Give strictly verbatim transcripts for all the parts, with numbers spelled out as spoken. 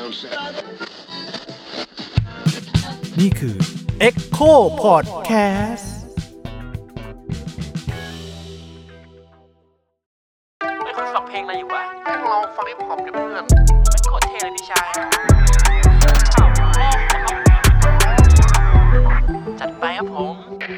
นี่คือ Echo Podcast ไม่คุณฟังเพลงอะไรอยู่วะแม่งลองฟังฮิปฮอปดิเพื่อนไม่โคตรเท่เลยพี่ชายจัดไปครับผม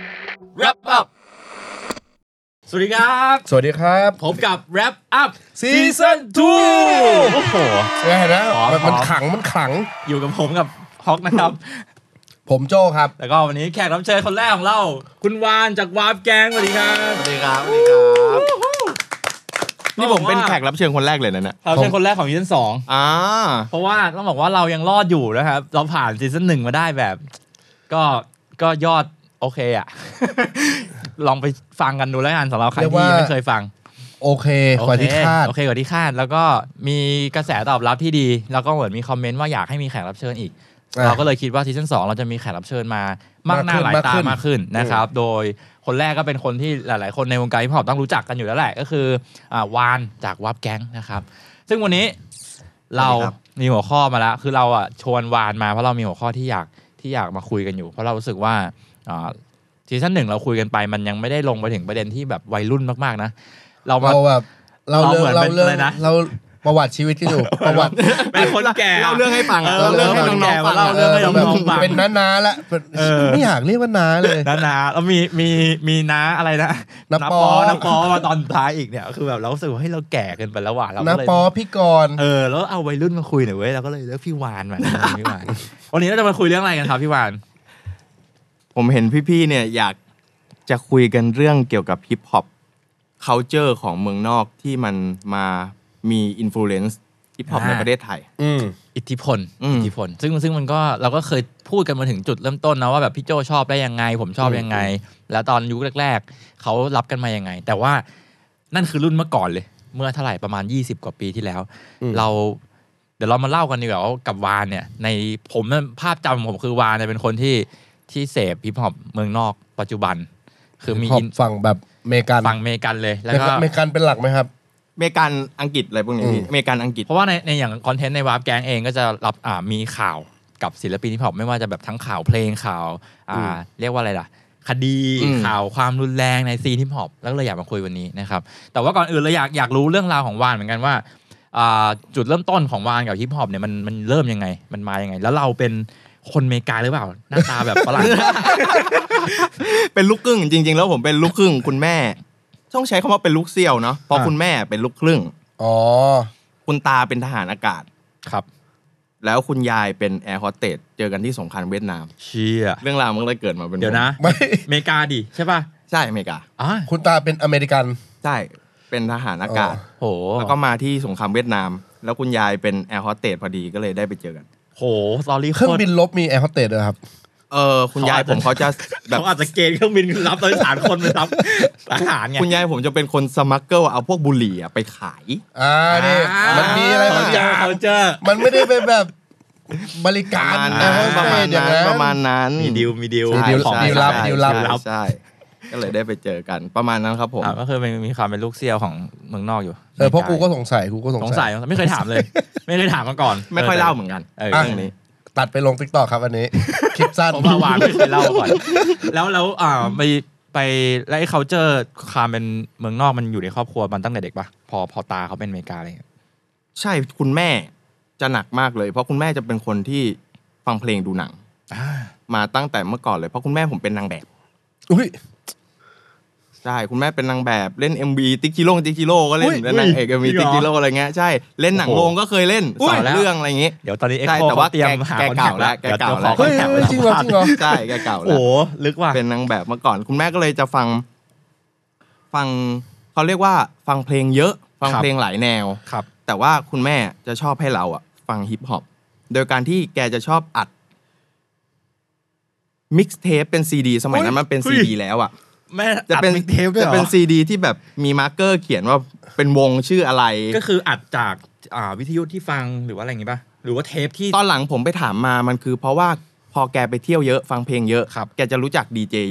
Wrap Up สวัสดีครับสวัสดีครับผมกับ Wrap Up ซีซั่นทูโอ้โหเห็นนะมันขังมันขังอยู่กับผมกับฮอกนะครับผมโจ้ครับแล้วก็วันนี้แขกรับเชิญคนแรกของเราคุณวานจากวาร์ปแก๊งสวัสดีครับสวัสดีครับสวัสดีครับนี่ผมเป็นแขกรับเชิญคนแรกเลยนะเนี่ยรับเชิญคนแรกของซีซั่นสองอ่าเพราะว่าต้องบอกว่าเรายังรอดอยู่นะครับเราผ่านซีซั่นหนึ่งมาได้แบบก็ก็ยอดโอเคอ่ะ ลองไปฟังกันดูแล้วกันสำหรับใครที่ไม่เคยฟังโอเคกว่าที่คาดโอเคกว่าที่คาดแล้วก็มีกระแสตอบรับที่ดีแล้วก็เหมือนมีคอมเมนต์ว่าอยากให้มีแขกรับเชิญอีกเราก็เลยคิดว่าซีซั่นสองเราจะมีแขกรับเชิญมามากหน้าหลายตามากขึ้นนะครับโดยคนแรกก็เป็นคนที่หลายๆคนในวงการฮิปฮอปต้องรู้จักกันอยู่แล้วแหละก็คืออ่าวานจากวับแก๊งนะครับซึ่งวันนี้เรามีหัวข้อมาแล้วคือเราอ่ะชวนวานมาเพราะเรามีหัวข้อที่อยากที่อยากมาคุยกันอยู่เพราะเรารู้สึกว่าอ่าซีซั่นหนึ่งเราคุยกันไปมันยังไม่ได้ลงไปถึงประเด็นที่แบบวัยรุ่นมากๆนะเราแบบเราเรื่องเราเรื่องเราประวัติชีวิตกันอยู่ประวัติเป็นคนแก่เล่าเรื่องให้ฟังเราเรื่องให้น้องๆฟังเล่าเรื่องให้น้องๆฟังเป็นน้าๆละไม่อยากเรียกว่าน้าเลยน้าๆแล้วมีมีมีน้าอะไรนะน้าปอน้าปอมาตอนท้ายอีกเนี่ยคือแบบเรารู้สึกว่าให้เราแก่เกินไปแล้วว่ะเราก็เลยน้าปอพี่กรณ์เออแล้วเอาวัยรุ่นมาคุยหน่อยเว้ยเราก็เลยเลือกพี่วานมาพี่วานวันนี้เราจะมาคุยเรื่องอะไรกันครับพี่วานผมเห็นพี่ๆเนี่ยอยากจะคุยกันเรื่องเกี่ยวกับฮิปฮอป culture ของเมืองนอกที่มันมามี influence ฮิปฮอปในประเทศไทยอิทธิพลอิทธิพลซึ่งซึ่งมันก็เราก็เคยพูดกันมาถึงจุดเริ่มต้นนะว่าแบบพี่โจชอบได้ยังไงผมชอบยังไงแล้วตอนยุคแรกๆเขารับกันมายังไงแต่ว่านั่นคือรุ่นเมื่อก่อนเลยเมื่อเท่าไหร่ประมาณยี่สิบกว่าปีที่แล้วเราเดี๋ยวเรามาเล่ากันดีกว่าว่ากับวานเนี่ยในผมภาพจำผมคือวานเนี่ยเป็นคนที่ที่เสพฮิปฮอปเมืองนอกปัจจุบันคือมีฝั่งแบบเมกันฝั่งเมกันเลยแล้วก็เมกันเป็นหลักไหมครับเมกันอังกฤษอะไรพวกนี้พี่เมกันอังกฤษเพราะว่าในในอย่างคอนเทนต์ในวาร์ปแก๊งเองก็จะรับอ่ามีข่าวกับศิลปินฮิปฮอปไม่ว่าจะแบบทั้งข่าวเพลงข่าวอ่าเรียกว่าอะไรล่ะคดีข่าวความรุนแรงในซีนฮิปฮอปแล้วก็เลยอยากมาคุยวันนี้นะครับแต่ว่าก่อนอื่นเราอยากอยากรู้เรื่องราวของวานเหมือนกันว่าอ่าจุดเริ่มต้นของวานกับฮิปฮอปเนี่ยมันมันเริ่มยังไงมันมายังไงแล้วเราเป็นคนเมกาหรือเปล่าหน้าตาแบบฝรั่งเป็นลูกครึ่งจริงๆแล้วผมเป็นลูกครึ่งคุณแม่ต้องใช้คำว่าเป็นลูกเสี่ยวเนาะเพราะคุณแม่เป็นลูกครึ่งอ๋อคุณตาเป็นทหารอากาศครับแล้วคุณยายเป็นแอร์โฮสเตสเจอกันที่สงครามเวียดนามเชี่ยเรื่องราวมันเลยเกิดมาเป็นเดี๋ยวนะเมกาดิใช่ป่ะใช่อเมริกาคุณตาเป็นอเมริกันใช่เป็นทหารอากาศโหแล้วก็มาที่สงครามเวียดนามแล้วคุณยายเป็นแอร์โฮสเตสพอดีก็เลยได้ไปเจอกันโหสตอรี่เครื่องบินลบมีแอร์โฮสเตสด้วยครับเออคุณยายผมเขาจะแบบเขาอาจจะเกณฑ์เครื่องบินรับโดยสารคนไปรับอาหารไงคุณยายผมจะเป็นคนสมัคเกิลเอาพวกบุหรี่ไปขายอ่านี่มันมีอะไรบางอย่างเขาเจอมันไม่ได้เป็นแบบบริการนะประมาณนั้นประมาณนั้นมีดีลมีดีลของดีลลับดีลลับใช่ก็เลยได้ไปเจอกันประมาณนั้นครับผมก็คือมีความเป็นลูกเสี่ยวของเมืองนอกอยู่เออเพราะกูก็สงสัยกูก็สงสัยไม่เคยถามเลยไม่เคยถามมาก่อนไม่ค่อยเล่าเหมือนกันเรื่องนี้ตัดไปลง TikTok ครับวันนี้คลิปสั้นผมมาวางไม่เคยเล่าก่อนแล้วแล้วอ่าไปไปแล้วไอ้ culture ความเป็นเมืองนอกมันอยู่ในครอบครัวมันตั้งแต่เด็กป่ะพอพอตาเขาเป็นอเมริกาอะไรเงี้ยใช่คุณแม่จะหนักมากเลยเพราะคุณแม่จะเป็นคนที่ฟังเพลงดูหนังมาตั้งแต่เมื่อก่อนเลยเพราะคุณแม่ผมเป็นนางแบบอุ้ยใช่คุณแม่เป็นนางแบบเล่น เอ็ม วี ติ๊กจิโร่ติ๊กจิโร่ก็เล่นแล้วนางเอก เอ็ม วี ติ๊กจิโร่อะไรเงี้ยใช่เล่นหนังโรงก็เคยเล่นสองเรื่องอะไรอย่างงี้เดี๋ยวตอนนี้เอ็กโคแต่ว่าเตรียมหาแกเก่าแล้วแกเก่าแล้วเฮ้ยจริงเหรอจริงเหรอใช่แกเก่าแล้วโอ้ลึกว่ะเป็นนางแบบเมื่อก่อนคุณแม่ก็เลยจะฟังฟังเขาเรียกว่าฟังเพลงเยอะฟังเพลงหลายแนวครับแต่ว่าคุณแม่จะชอบให้เราอ่ะฟังฮิปฮอปโดยการที่แกจะชอบอัดมิกซ์เทปเป็นซีดีสมัยนั้นมันเป็นซีดีแล้วอ่ะแม่จะเป็นเทปจะเป็นซีดีที่แบบมีมาร์กเกอร์เขียนว่าเป็นวงชื่ออะไรก็คืออัดจากอ่าวิทยุที่ฟังหรือว่าอะไรอย่างงี้ป่ะหรือว่าเทปที่ตอนหลังผมไปถามมามันคือเพราะว่าพอแกไปเที่ยวเยอะฟังเพลงเยอะแกจะรู้จักดีเจเยอะ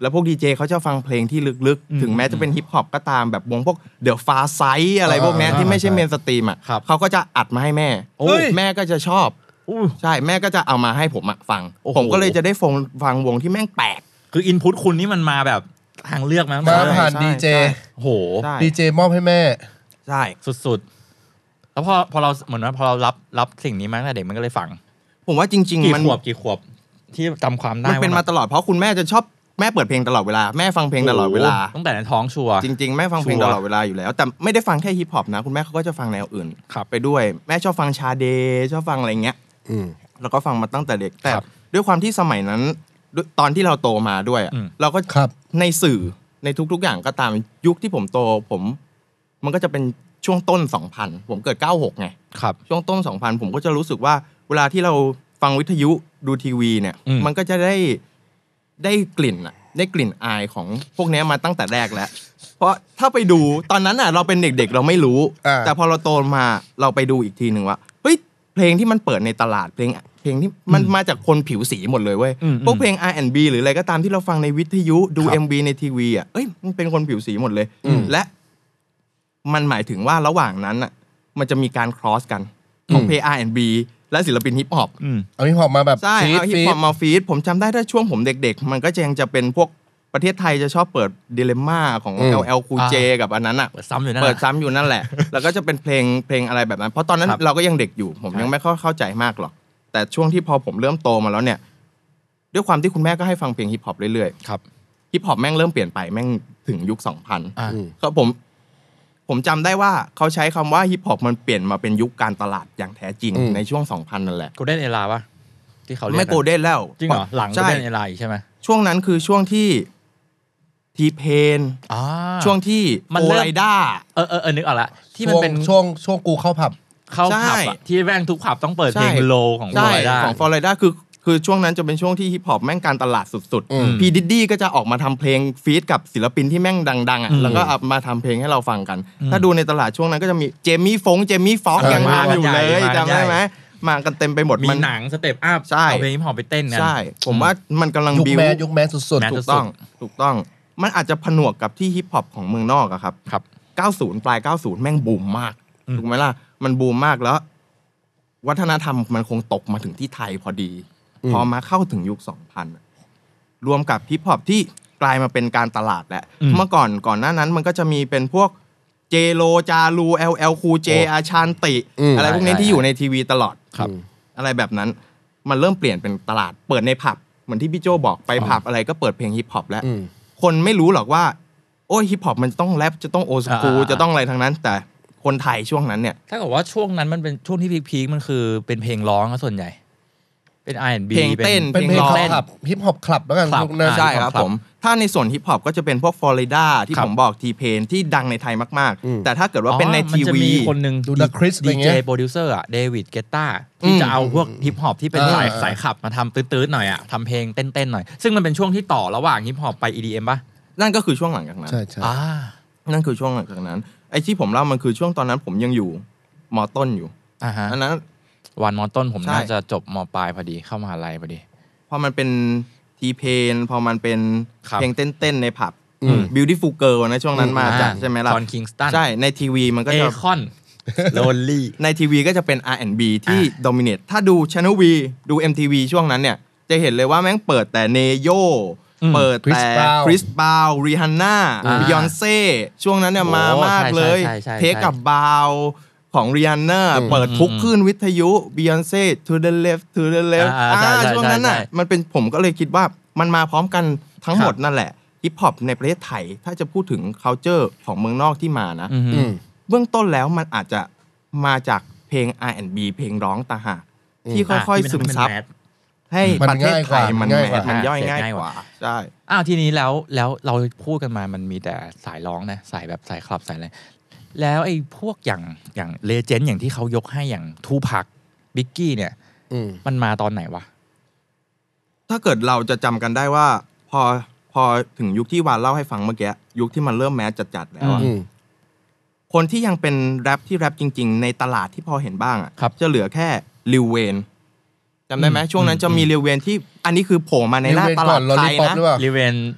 แล้วพวกดีเจเขาจะฟังเพลงที่ลึกๆถึงแม้จะเป็นฮิปฮอปก็ตามแบบวงพวกเดอะฟาไซส์อะไรพวกนี้ที่ไม่ใช่เมนสตรีมอ่ะเขาก็จะอัดมาให้แม่แม่ก็จะชอบใช่แม่ก็จะเอามาให้ผมฟังผมก็เลยจะได้ฟังฟังวงที่แม่งแปลกคืออินพุตคุณนี่มันมาแบบทางเลือกมามาผ่านดีเจโหดีเจมอบให้แม่ใช่สุดๆแล้วพอพอเราเหมือนว่าพอเรารับรับสิ่งนี้มาตั้งแต่เด็กมันก็เลยฟังผมว่าจริงๆมันกี่ขวบกี่ขวบที่จำความได้มันเป็นมาตลอดเพราะคุณแม่จะชอบแม่เปิดเพลงตลอดเวลาแม่ฟังเพลงตลอดเวลาตั้งแต่ในท้องชัวจริงๆแม่ฟังเพลงตลอดเวลาอยู่แล้วแต่ไม่ได้ฟังแค่ฮิปฮอปนะคุณแม่เขาก็จะฟังแนวอื่นไปด้วยแม่ชอบฟังชาเดชอบฟังอะไรเงี้ยแล้วก็ฟังมาตั้งแต่เด็กแต่ด้วยความที่สมัยนั้นตอนที่เราโตมาด้วยเราก็ในสื่อในทุกๆอย่างก็ตามยุคที่ผมโตผมมันก็จะเป็นช่วงต้นสองพันผมเกิดเก้าหกไงช่วงต้นสองพันผมก็จะรู้สึกว่าเวลาที่เราฟังวิทยุดูทีวีเนี่ยมันก็จะได้ได้กลิ่นอะได้กลิ่นอายของพวกนี้มาตั้งแต่แรกแล้วเพราะถ้าไปดูตอนนั้นอ่ะเราเป็นเด็กๆเราไม่รู้แต่พอเราโตมาเราไปดูอีกทีนึงว่าเฮ้ยเพลงที่มันเปิดในตลาดเพลงเพลงที่มันมาจากคนผิวสีหมดเลยเว้ยพวกเพลง อาร์ แอนด์ บี หรืออะไรก็ตามที่เราฟังในวิทยุดู เอ็ม วี ในทีวีอ่ะเอ้ยมันเป็นคนผิวสีหมดเลยและมันหมายถึงว่าระหว่างนั้นอ่ะมันจะมีการครอสกันของเพลง อาร์ แอนด์ บี และศิลปินฮิปฮอปเอาฮิปฮอปมาแบบใช่เอาฮิปฮอปมาฟีดผมจำได้ถ้าช่วงผมเด็กๆมันก็ยังจะเป็นพวกประเทศไทยจะชอบเปิดดิเลมม่าของ แอล แอล Cool J กับอันนั้นอ่ะเปิดซ้ำอยู่นั่นเปิดซ้ำอยู่นั่นแหละแล้วก็จะเป็นเพลงเพลงอะไรแบบนั้นเพราะตอนนั้นเราก็ยังเด็กอยู่ผมยังไม่ค่อยเข้าใจมากหรอกแต่ช่วงที่พอผมเริ่มโตมาแล้วเนี่ยด้วยความที่คุณแม่ก็ให้ฟังเพลงฮิปฮอปเรื่อยๆครับฮิปฮอปแม่งเริ่มเปลี่ยนไปแม่งถึงยุคสองพันก็ผมผมจำได้ว่าเขาใช้คำว่าฮิปฮอปมันเปลี่ยนมาเป็นยุคการตลาดอย่างแท้จริงในช่วงสองพันนั่นแหละโกลเด้นเอราป่ะที่เขาเรียกไม่โกลเด้นแล้วจริงเหรอหลังโกลเด้นเอราอีกใช่ไหมช่วงนั้นคือช่วงที่ทีเพนช่วงที่โอไลด้าเออเออนึกออกละที่มันเป็นช่วงช่วงกูเข้าผับเข้าผับที่แม่งทุกผับต้องเปิดเพลงโลของโอไลด้าของโอไลด้าคือคือช่วงนั้นจะเป็นช่วงที่ฮิปฮอปแม่งการตลาดสุดๆพีดิดดี้ก็จะออกมาทำเพลงฟีดกับศิลปินที่แม่งดังๆอ่ะแล้วก็เอามาทำเพลงให้เราฟังกันถ้าดูในตลาดช่วงนั้นก็จะมีเจมี่ฟงเจมี่ฟ็อกยังมาอยู่เลยจำได้ไหมมากันเต็มไปหมดมีหนังสเต็ปอัพเอาเพลงฮิปฮอปไปเต้นกันใช่ผมว่ามันกำลังบิวยุคแมสสุดๆถูกต้องถูกต้องมันอาจจะผนวกกับที่ฮิปฮอปของเมืองนอกอะครับครับเก้าสิบปลายเก้าสิบแม่งบูมมากถูกไหมล่ะมันบูมมากแล้ววัฒนธรรมมันคงตกมาถึงที่ไทยพอดีพอมาเข้าถึงยุคสองพันรวมกับฮิปฮอปที่กลายมาเป็นการตลาดแล้วเมื่อก่อนก่อนหน้านั้นมันก็จะมีเป็นพวกเจโลจารู แอล แอล Cool J อาชานติอะไรพวกนี้ที่อยู่ในทีวีตลอดอะไรแบบนั้นมันเริ่มเปลี่ยนเป็นตลาดเปิดในผับเหมือนที่พี่โจบอกไปผับอะไรก็เปิดเพลงฮิปฮอปแล้วคนไม่รู้หรอกว่าโอ้ยฮิปฮอปมันต้องแรปจะต้องโอสคูลจะต้องอะไรทั้งนั้นแต่คนไทยช่วงนั้นเนี่ยถ้าเกิดว่าช่วงนั้นมันเป็นช่วงที่พีคๆมันคือเป็นเพลงร้องส่วนใหญ่เป็น อาร์ แอนด์ บีเพลงเต้นเป็นเพลงคลับฮิปฮอปคลับแล้วกันใช่ครับผมถ้าในส่วนฮิปฮอปก็จะเป็นพวกฟลอริดาที่ผมบอกทีเพนที่ดังในไทยมากๆแต่ถ้าเกิดว่าเป็นในทีวีคนนึงดูดักคริสดีเจโปรดิวเซอร์อะเดวิดเกตตาที่จะเอาพวกฮิปฮอปที่เป็นสายสายขับมาทำตื้นๆหน่อยอะทำเพลงเต้นๆหน่อยซึ่งมันเป็นช่วงที่ต่อระหว่างฮิปฮอปไป อี ดี เอ็ม ป่ะนั่นก็คือช่วงหลังจากนั้นใช่ใช่นั่นคือช่วงหลังจากนั้นไอ้ที่ผมเล่ามันคือช่วงตอนนั้นผมยังอยู่ม.ต้นอยู่อันนั้นวันม.ต้นผมน่าจะจบม.ปลายพอดีเข้ามหาลัยพอดีพอมันเป็นทีเพนพอมันเป็นเพลงเต้นๆในผับ Beautiful Girl นะช่วงนั้นมาจากใช่ไหมล่ะคอนคิงสตันใช่ในทีวีมันก็จะเอคอนโลนลี่ในทีวีก็จะเป็น อาร์ แอนด์ บี ที่ dominate ถ้าดู Channel V ดู เอ็ม ที วี ช่วงนั้นเนี่ยจะเห็นเลยว่าแม่งเปิดแต่เนโยเปิดแต่คริสบาวรีฮันน่าบิยอนเซ่ช่วงนั้นเนี่ยมามากเลยเทคกับบาวของริฮันน่าเปิดทุกคลื่นวิทยุ Beyonce to the left to the left อ่าช่วงนั้นน่ะมันเป็นผมก็เลยคิดว่ามันมาพร้อมกันทั้งหมดนั่นแหละฮิปฮอปในประเทศไทยถ้าจะพูดถึง culture ของเมืองนอกที่มานะเบื้องต้นแล้วมันอาจจะมาจากเพลง อาร์ แอนด์ บี เพลงร้องต่างหากที่ค่อยๆซึมซับให้ประเทศไทยมันมันย่อยง่ายกว่าใช่อ้าวทีนี้แล้วแล้วเราพูดกันมามันมีแต่สายร้องนะสายแบบสายคลับสายอะไรแล้วไอ้พวกอย่างอย่างเลเจนด์อย่างที่เขายกให้อย่างทูพักบิ๊กกี้เนี่ยมันมาตอนไหนวะถ้าเกิดเราจะจำกันได้ว่าพอพอถึงยุคที่วานเล่าให้ฟังเมื่อกี้ยุคที่มันเริ่มแมสจัดๆแล้วคนที่ยังเป็นแรปที่แรปจริงๆในตลาดที่พอเห็นบ้างอ่ะจะเหลือแค่ลิวเวนจำได้ไหมช่วงนั้นจะมีลิวเวนที่อันนี้คือโผล่มาในหน้าตลาดไทยนะลิวเวน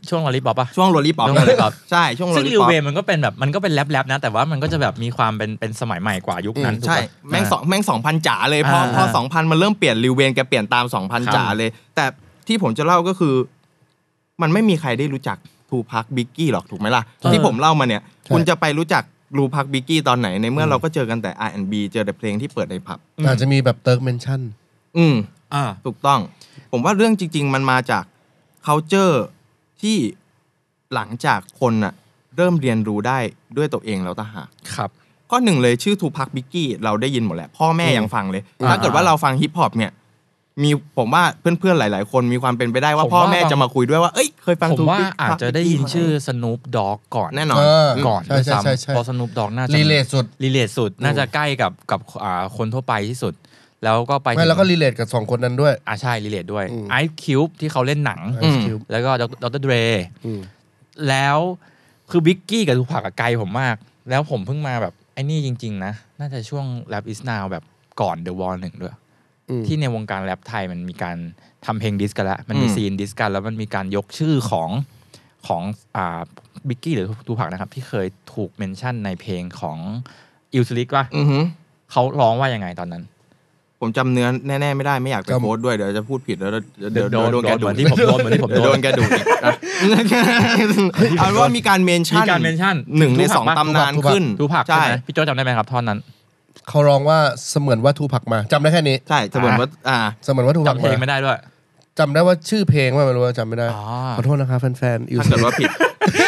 ช่วงลอลิปอปป่ะช่วงโรลลี่ป๊อปใช่ช่วงโรลซึ่งลี่ลิวป๊อปเวย์มันก็เป็นแบบมันก็เป็นแรปๆนะแต่ว่ามันก็จะแบบมีความเป็นเป็นสมัยใหม่กว่ายุคนั้นใช่แม่งสองแม่งสองพันจ๋าเลยพอพอสองพันมันเริ่มเปลี่ยนลิวเวนแกเปลี่ยนตามสองพันจ๋าเลยแต่ที่ผมจะเล่าก็คือมันไม่มีใครได้รู้จักทูพักบิ๊กกี้หรอกถูกไหมล่ะที่ผมเล่ามาเนี่ยคุณจะไปรู้จักรูพักบิ๊กกี้ตอนไหนในเมื่อเราก็เจอกันแต่ อาร์ แอนด์ บี เจอแต่เพลงที่เปิดในผับอาจจะมีแบบเติร์กเมนชั่นอืมอ่าถูกต้องผมว่าเรื่องจริงๆมันมาจาก culture ที่หลังจากคนน่ะเริ่มเรียนรู้ได้ด้วยตัวเองแล้วต่างหากครับข้อหนึ่งเลยชื่อทูพักบิ๊กกี้เราได้ยินหมดแหละพ่อแม่ยังฟังเลยถ้าเกิดว่าเราฟังฮิปฮอปเนี่ยมีผมว่าเพื่อนๆหลายๆคนมีความเป็นไปได้ว่าพ่อแม่จะมาคุยด้วยว่าเอ้ยเคยฟังทูพักผมว่าอาจจะได้ยินชื่อ Snoop Dogg ก่อนแน่นอนก่อนด้วยซ้ำเพราะ Snoop Dogg น่าจะรีเลทสุดรีเลทสุดน่าจะใกล้กับกับคนทั่วไปที่สุดแล้วก็ไปไม่แล้วก็รีเลทกับสองคนนั้นด้วยอ่าใช่รีเลทด้วย Ice Cube ที่เขาเล่นหนังแล้วก็ ด็อกเตอร์ Dre แล้วคือบิ๊กกี้กับทูพักไกลผมมากแล้วผมเพิ่งมาแบบไอ้นี่จริงๆนะน่าจะช่วง Rap is Now แบบก่อน The Wall หนึ่งด้วยที่ในวงการแรปไทยมันมีการทำเพลงดิสกันแล้วมันมีซีนดิสกันแล้วมันมีการยกชื่อของของอ่าบิ๊กกี้หรือทูพักนะครับที่เคยถูกเมนชั่นในเพลงของอิลสลิกว่าเขาร้องว่ายังไงตอนนั้นผมจำเนื้อแน่ๆไม่ได้ไม่อยากไปโพสด้วยเดี๋ยวจะพูดผิดแล้วเดี๋ยวโดนแกดูเหมือนที่ผมโดนเหมือนที่ผมโดนแกดูเอาว่ามีการเมนชั่นหนึ่งในสองตำนานขึ้นทูพักใช่ไหมพี่โจจำได้ไหมครับท่อนนั้นเขาร้องว่าเสมือนว่าทูพักมาจำได้แค่นี้ใช่เสมือนว่าอ่าเสมือนว่าทูพักจำเพลงไม่ได้ด้วยจำได้ว่าชื่อเพลงว่าไม่รู้ว่าจำไม่ได้ขอโทษนะครับแฟนๆถ้าเกิดว่าผิด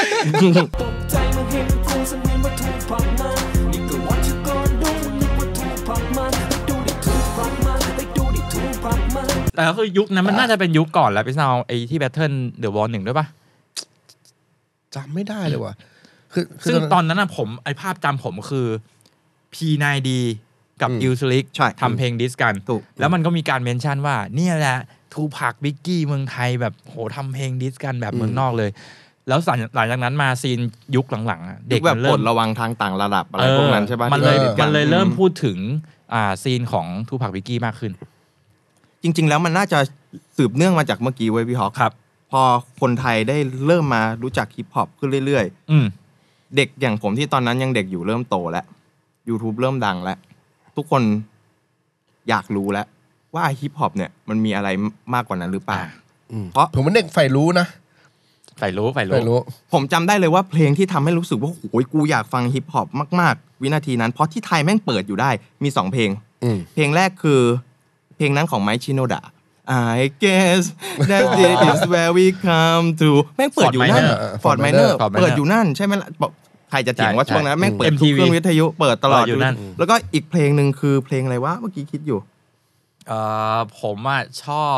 แต่ก็คือยุคนั้นมันน่าจะเป็นยุคก่อนแล้วพี่ซาวไอ้ที่แบทเทิลเดอะวอลหนึ่งด้วยป่ะจำไม่ได้เลยว่ะคือซึ่งตอนนั้นนะผมไอ้ภาพจำผมคือ พี ไนน์ ดี กับอิลสลิกทำเพลงดิสกันแล้วมันก็มีการเมนชั่นว่าเนี่ยแหละทูพักบิ๊กกี้เมืองไทยแบบโหทำเพลงดิสกันแบบเมืองนอกเลยแล้วหลังจากนั้นมาซีนยุคหลังๆเด็กแบบปลดระวังทางต่างระดับอะไรพวกนั้นใช่ป่ะมันเลยมันเลยเริ่มพูดถึงอ่าซีนของทูพักบิ๊กกี้มากขึ้นจริงๆแล้วมันน่าจะสืบเนื่องมาจากเมื่อกี้เว้ยพี่ฮอคครับพอคนไทยได้เริ่มมารู้จักฮิปฮอปขึ้นเรื่อยๆเด็กอย่างผมที่ตอนนั้นยังเด็กอยู่เริ่มโตแล้ว YouTube เริ่มดังแล้วทุกคนอยากรู้แล้วว่าฮิปฮอปเนี่ยมันมีอะไรมากกว่านั้นหรือเปล่าเพราะผมเป็นเด็กใฝ่รู้นะใฝ่รู้ใฝ่รู้ผมจำได้เลยว่าเพลงที่ทำให้รู้สึกว่าโอ้ยกูอยากฟังฮิปฮอปมากๆวินาทีนั้นเพราะที่ไทยแม่งเปิดอยู่ได้มีสองเพลงเพลงแรกคือเพลงนั้นของไมค์ชิโนดะ I guess that this is where we come to แม่งเปิดอยู่นั่น Ford Minor เปิดอยู่นั่นใช่ไหมล่ะใครจะเถียงว่าช่วงนั้นแม่งเปิดทุกเครื่องวิทยุเปิดตลอดอยู่แล้วก็อีกเพลงนึงคือเพลงอะไรวะเมื่อกี้คิดอยู่เอ่อผมอ่ะชอบ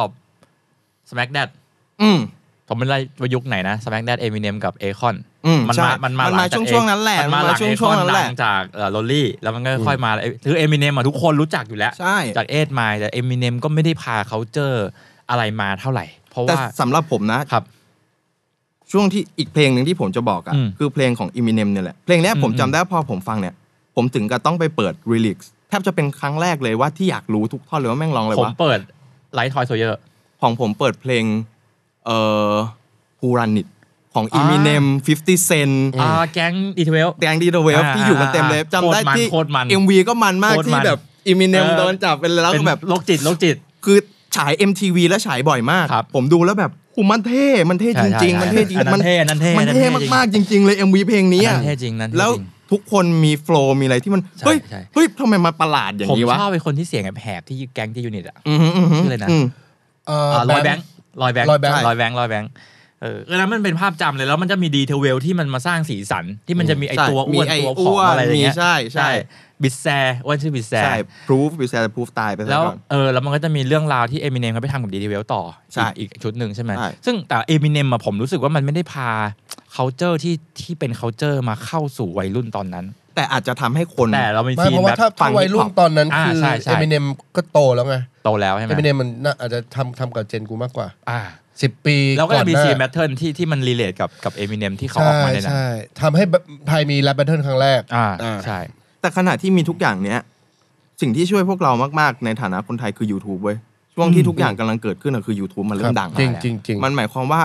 Smack That อืมผมเป็นอะไรยุคไหนนะ Smack That Eminem กับ Akon มันมามันมาช่วงๆนั้นแหละมันมาช่วงๆนั้นแหละจากเอ่อ Lolly แล้วมันก็ค่อยมาคือ Eminem อ่ะทุกคนรู้จักอยู่แล้วจากเอทไมล์แต่ Eminem ก็ไม่ได้พาเขาเจออะไรมาเท่าไหร่เพราะว่าแต่สำหรับผมนะครับช่วงที่อีกเพลงนึงที่ผมจะบอกอ่ะคือเพลงของ Eminem เนี่ยแหละเพลงนี้ผมจำได้พอผมฟังเนี่ยผมถึงกับต้องไปเปิด Lyric แทบจะเป็นครั้งแรกเลยว่าที่อยากรู้ทุกท่อนเลยว่าแม่งร้องอะไรวะผมเปิด Light Toy Sawyer ของผมเปิดเพลงเอ่อ Who Run It ของ Eminem ฟิฟตี้ Cent อ่าแก๊ง ดี ทเวลว์แก๊ง ดี ทเวลว์ที่อยู่กันเต็มเลยจำได้ที่ เอ็ม วี ก็มันมากที่แบบ Eminem โดนจับเป็นแล้วก็แบบโรคจิตโรคจิตคือฉาย เอ็ม ที วี แล้วฉายบ่อยมากผมดูแล้วแบบโหมันเท่มันเท่จริงๆมันเท่จริงมันเท่มันเท่มันเท่มากๆจริงๆเลย เอ็ม วี เพลงนี้อ่ะเท่จริงนั้นแล้วทุกคนมีโฟลว์มีอะไรที่มันเฮ้ยเฮ้ยทำไมมาประหลาดอย่างนี้วะผมชอบเป็นคนที่เสียงแหบๆที่แก๊งที่ยูนิตอ่ะชื่ออะไรนะเอ่อลอยแบงค์ลอยแบงค์ลอยแบงค์ลอยแบงค์ลอยแบงค์เออแล้วมันเป็นภาพจำเลยแล้วมันจะมีดีเทลเวลที่มันมาสร้างสีสันที่มันจะมีไอตัวอ้วนตัวผอมอะไรอย่างเงี้ยใช่ใช่บิดแซว่าชื่อบิดแซใช่ proof บิดแซ proof ตายไปแล้วเออแล้วมันก็จะมีเรื่องราวที่ Eminem เขาไปทำกับดีเทลต่ออีกชุดหนึ่งใช่ไหมซึ่งแต่ Eminem อะผมรู้สึกว่ามันไม่ได้พา culture ที่ที่เป็น culture มาเข้าสู่วัยรุ่นตอนนั้นแต่อาจจะทำให้คนแต่เรามีซีนแบบฟังวัยรุ่นตอนนั้นคือ Eminem ก็โตแล้วไงโตแล้วใช่ไหม Eminem มันอาจจะทำทำกับเจนกูมากกว่าอ่าสิบปีแล้วก็จะมีซีนแบทเทิลที่ที่มันรีเลทกับกับ Eminem ที่เขาออกมาในนั้นใช่ทำให้ไทยมีแรปแบทเทิลครั้งแรกอ่าใช่แต่ขณะที่มีทุกอย่างเนี้ยสิ่งที่ช่วยพวกเรามากๆในฐานะคนไทยคือ YouTube เว้ยช่วงที่ทุกอย่างกำลังเกิดขึ้นคือ YouTube มันเริ่มดังจริงๆๆมันหมายความว่า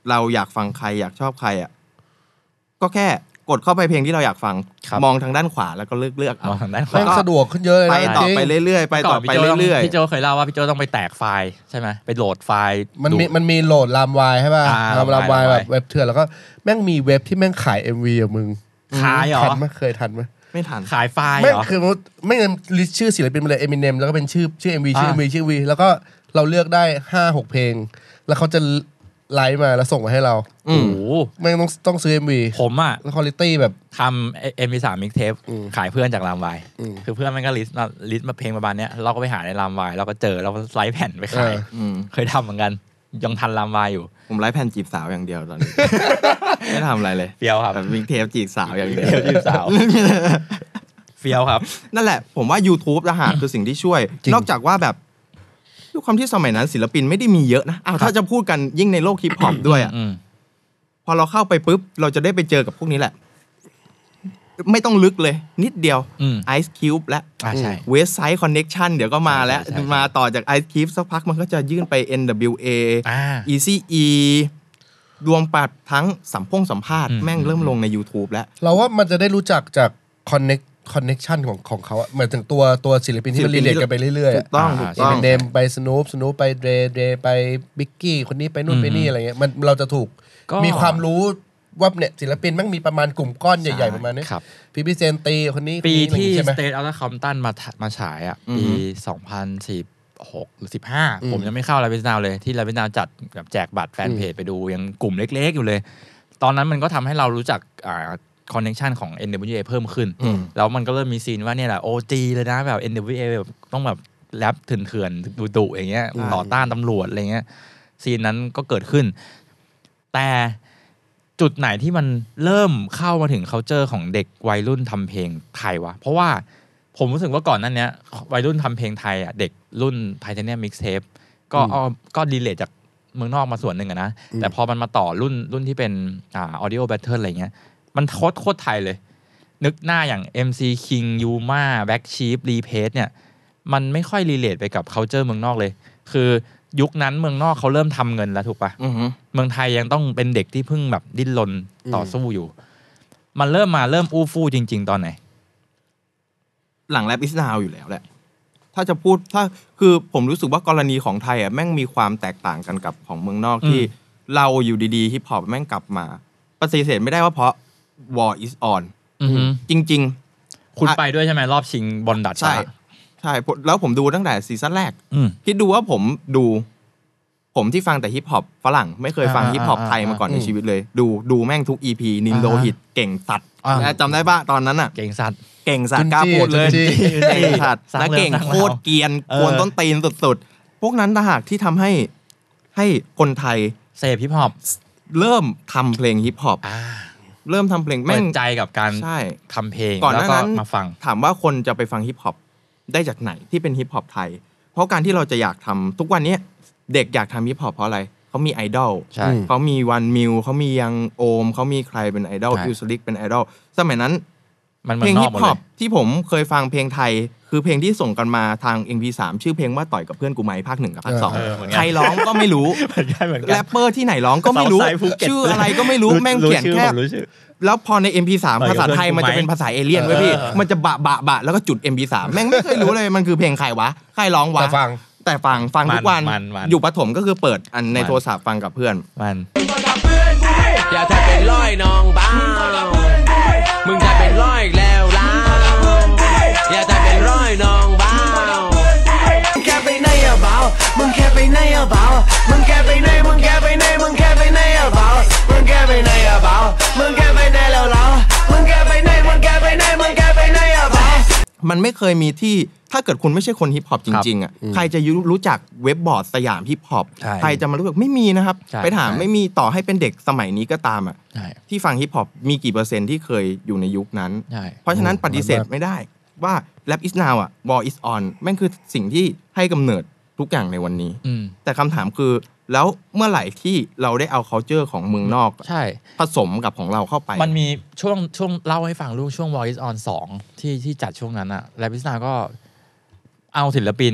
เราอยากฟังใครอยากชอบใครอ่ะก็แค่กดเข้าไปเพลงที่เราอยากฟังมองทางด้านขวาแล้วก็เลือกเลือกมองทางด้านขแม่วางสะดวกขึ้นเยอะเลยไปนะต่อจริงไปเรื่อยๆไปต่อไปเรื่อยๆพี่โจเคยเล่าว่าพี่โจต้องไปแตกไฟล์ใช่ไหมไปโหลดไฟล์มันมีมันมีโหลดลามวายใช่ป่ะอ่าลามลามวายลามวายแบบเว็บเถื่อนแล้วก็แม่งมีเว็บที่แม่งขาย เอ็ม วี อ่ะมึงขายเหรอทันไหมเคยทันไหมไม่ทันขายไฟล์ไม่เหรอคือไม่งั้นลิสต์ชื่อศิลปินมาเลย Eminem แล้วก็เป็นชื่อชื่อ เอ็ม วี ชื่ออ่าเอ็ม วี ชื่อ วี แล้วก็เราเลือกได้ห้าหกเพลง แล้วเขาจะไลฟ์มาแล้วส่งมาให้เราโอ้โหแม่งต้องต้องซื้อ เอ็ม วีผมอ่ะแล้วคุณภาพแบบทำเอ็มพีสามมิกเทปอืมขายเพื่อนจากรามวายอืมคือเพื่อนมันก็ลิสต์มาลิสต์มาเพลงประมาณเนี้ยเราก็ไปหาในรามวายเราก็เจอเราก็ไลฟ์แผ่นไปขายเอออืมเคยทำเหมือนกันยังทันรามวายอยู่ผมไลฟ์แผ่นจีบสาวอย่างเดียวตอนนี้ ไม่ทำอะไรเลยเฟี้ยวครับแบบมิกเทปจีบสาวอย่างเดียวเฟี้ยวจีบสาว เฟี้ยวครับนั่นแหละผมว่า YouTube นะฮะ คือสิ่งที่ช่วยจริงนอกจากว่าแบบด้วยความที่สมัยนั้นศิลปินไม่ได้มีเยอะนะอ้าวถ้าจะพูดกันยิ่งในโลกฮิปฮอปด้วยอ่ะอืมพอเราเข้าไปปุ๊บ เราจะได้ไปเจอกับพวกนี้แหละ ไม่ต้องลึกเลย นิดเดียวอืม Ice Cube และอ่าใช่ West Side Connection เดี๋ยวก็มาแล้วใช่ใช่ใช่มาต่อจาก Ice Cube สักพักมันก็จะยื่นไป เอ็น ดับเบิลยู เออ่า Eazy-E รวมปัดทั้งสัมพงสัมภาษณ์อืมแม่งเริ่มลงใน YouTube แล้วเราว่ามันจะได้รู้จักจาก connect connection ของของเขาอะเหมือนถึงตัวตัวศิลปินที่มันศิรีลปินเลทกันไปเรื่อยๆถูอะกต้องอ่าถูกเอต้องมิเนมไปสโนปสโนปไปเดรเดรไปบิกกี้คนนี้ไปนู่นไปนี่อะไรเงี้ยมันเราจะถูกก็มีความรู้ว่าเนี่ยศิลปินแม่งมีประมาณกลุ่มก้อนใหญ่ๆประมาณนี้ครับพี่พี่เซนตีคนนี้ปีคนนี้ที่ใช่ไหม State of the Compton มาถมาฉายอ่ะอือปีฮึสองพันสิบหกหรือสิบห้าอืมผมยังไม่เข้าลาเวนดาวเลยที่ลาเวนดาวจัดแบบแจกบัตรแฟนเพจไปดูยังกลุ่มเล็กๆอยู่เลย ตอนนั้นมันก็ทำให้เรารู้จักอ่าคอนเนคชันของ เอ็น ดับเบิลยู เอ เพิ่มขึ้นอืมแล้วมันก็เริ่มมีซีนว่าเนี่ยแหละ โอ จี เลยนะแบบ เอ็น ดับเบิลยู เอ แบบต้องแบบแรปเถื่อนๆดุๆอย่างเงี้ยต่อต้านตำรวจอะไรเงี้ยซีนนั้นก็เกิดขึ้น แต่จุดไหนที่มันเริ่มเข้ามาถึง culture ของเด็กวัยรุ่นทำเพลงไทยวะ เพราะว่าผมรู้สึกว่าก่อนนั้นเนี้ยวัยรุ่นทำเพลงไทยอ่ะเด็กรุ่น Titanium Mixtape ก็เอาก็ดีเลทจากเมืองนอกมาส่วนหนึ่งอะนะ แต่พอมันมาต่อรุ่นรุ่นที่เป็นอ่า audio battle อะไรเงี้ยมันโคตรโคตรไทยเลย นึกหน้าอย่าง เอ็ม ซี King Yuma Black Sheep Repace เนี่ยมันไม่ค่อยรีเลทไปกับ culture เมืองนอกเลย คือยุคนั้นเมืองนอกเขาเริ่มทำเงินแล้วถูกปะอือฮึเมืองไทยยังต้องเป็นเด็กที่เพิ่งแบบดิ้นรนต่อสู้อยู่ มันเริ่มมาเริ่มอู้ฟู่จริง ๆ ตอนไหนหลังแรปอิสนาวอยู่แล้วแหละ ถ้าจะพูดถ้าคือผมรู้สึกว่ากรณีของไทยอ่ะแม่งมีความแตกต่างกันกับของเมืองนอกอืมที่เราอยู่ดีๆฮิปฮอปแม่งกลับมาปฏิเสธไม่ได้ว่าเพราะ War is on อือฮึจริงคุณไปด้วยใช่ไหมรอบชิงบอลดัดๆ ใช่ ใช่แล้วผมดูตั้งแต่ซีซั่นแรกอืมคิดดูว่าผมดู ผมที่ฟังแต่ฮิปฮอปฝรั่งไม่เคยฟังอ่าฮิปฮอปอ่าไทยมาก่อนอืมในชีวิตเลย ดูดูแม่งทุก อี พี นินโดอ่าฮะฮิตเก่งสัตว์อ่าและจำได้ป่ะตอนนั้นอ่ะเก่งสัตว์เก่งสัตจุว์นกล้าจี้พูดเลยจุนจี้เก่งสัตว์สร้างและเรื่องเก่งสร้างโคตรราวเกรียนเออกวนต้นตีนสุดๆ พวกนั้นต่างหากที่ทำให้ให้คนไทยเสพฮิปฮอปเริ่มทำเพลงฮิปฮอปอ่าเริ่มทำเพลงเปิแม่งดใจกับการใช่ทำเพลงก่อนหแล้วน้าก็นั้นมาฟังถามว่าคนจะไปฟังฮิปฮอปได้จากไหนที่เป็นฮิปฮอปไทย เพราะการที่เราจะอยากทำทุกวันนี้เด็กอยากทำฮิปฮอปเพราะอะไรเขามีไอดอลใช่เขามีวันมิวเขามียังโอมเขามีใครเป็นไอดอลใช่ยูสลิกเป็นไอดอลสมัยนั้นมันเพลงนอฮิกปหมดฮเลอปยที่ผมเคยฟังเพลงไทย คือเพลงที่ส่งกันมาทาง เอ็ม พี สาม ชื่อเพลงว่าต่อยกับเพื่อนกูไหมภาคหนึ่งกับภาคสองเออเหมือนกันใครร้องก็ไม่รู้เหมือนกันเหมือนกัแรปเปอร์ที่ไหนร้องก็ไม่รู้ Southside ภูเก็ตชื่ออะไรก็ไม่รู้แม่งเขียนแค่รู้ชื่อแล้วพอใน เอ็ม พี สามต่อยกับภาษาไทยเพื่อนกูมันจะไหมเป็นภาษาเอเลี่ยนไว้ยพี่เออมันจะบะบะบะแล้วก็จุด เอ็ม พี สาม แม่งไม่เคยรู้เลยมันคือเพลงใครวะใครร้องวะแต่ฟังแต่ฟังฟังทุกวันมันมันอยู่ประถมก็คือเปิดอันในมันโทรศัพท์ฟังกับเพื่อนมันอย่าทำเป็นร้อยน้องบ้ามึงจะเป็นร้อยอีกแล้วล่ะอย่าทำเป็นร้อยน้องบ้ามึงแค่ไปไหนอะเบามึงแค่ไปไหนอะเบามึงแค่ไปไหนมึงแค่ไปไหนมึงแค่ไปไหนอะเบามึงแค่ไปไหนอะเบามึงแค่ไปไหนแล้วล่ะมึงแค่ไปไหนมึงแค่ไปไหนมึงแค่ไปไหนอะเบามันไม่เคยมีที่ถ้าเกิดคุณไม่ใช่คนฮิปฮอปจริงๆอ่ะใครจะรู้จักเว็บบอร์ดสยามฮิปฮอปใช่ใครจะมารู้จักไม่มีนะครับใช่ไปถามใช่ไม่มีต่อให้เป็นเด็กสมัยนี้ก็ตามอ่ะใช่ที่ฟังฮิปฮอปมีกี่เปอร์เซ็นต์ที่เคยอยู่ในยุคนั้นใช่เพราะฉะนั้นอืมปฏิเสธไม่ได้ว่า Rap is now อ่ะ War is on แม่งคือสิ่งที่ให้กำเนิดทุกอย่างในวันนี้อืมแต่คำถามคือแล้วเมื่อไหร่ที่เราได้เอา culture ของเมืองนอกใช่ผสมกับของเราเข้าไปมันมีช่วงช่วงเล่าให้ฟังลูกช่วง Voice on สองที่ที่จัดช่วงนั้นอะแรปพิสนาก็เอาศิลปิน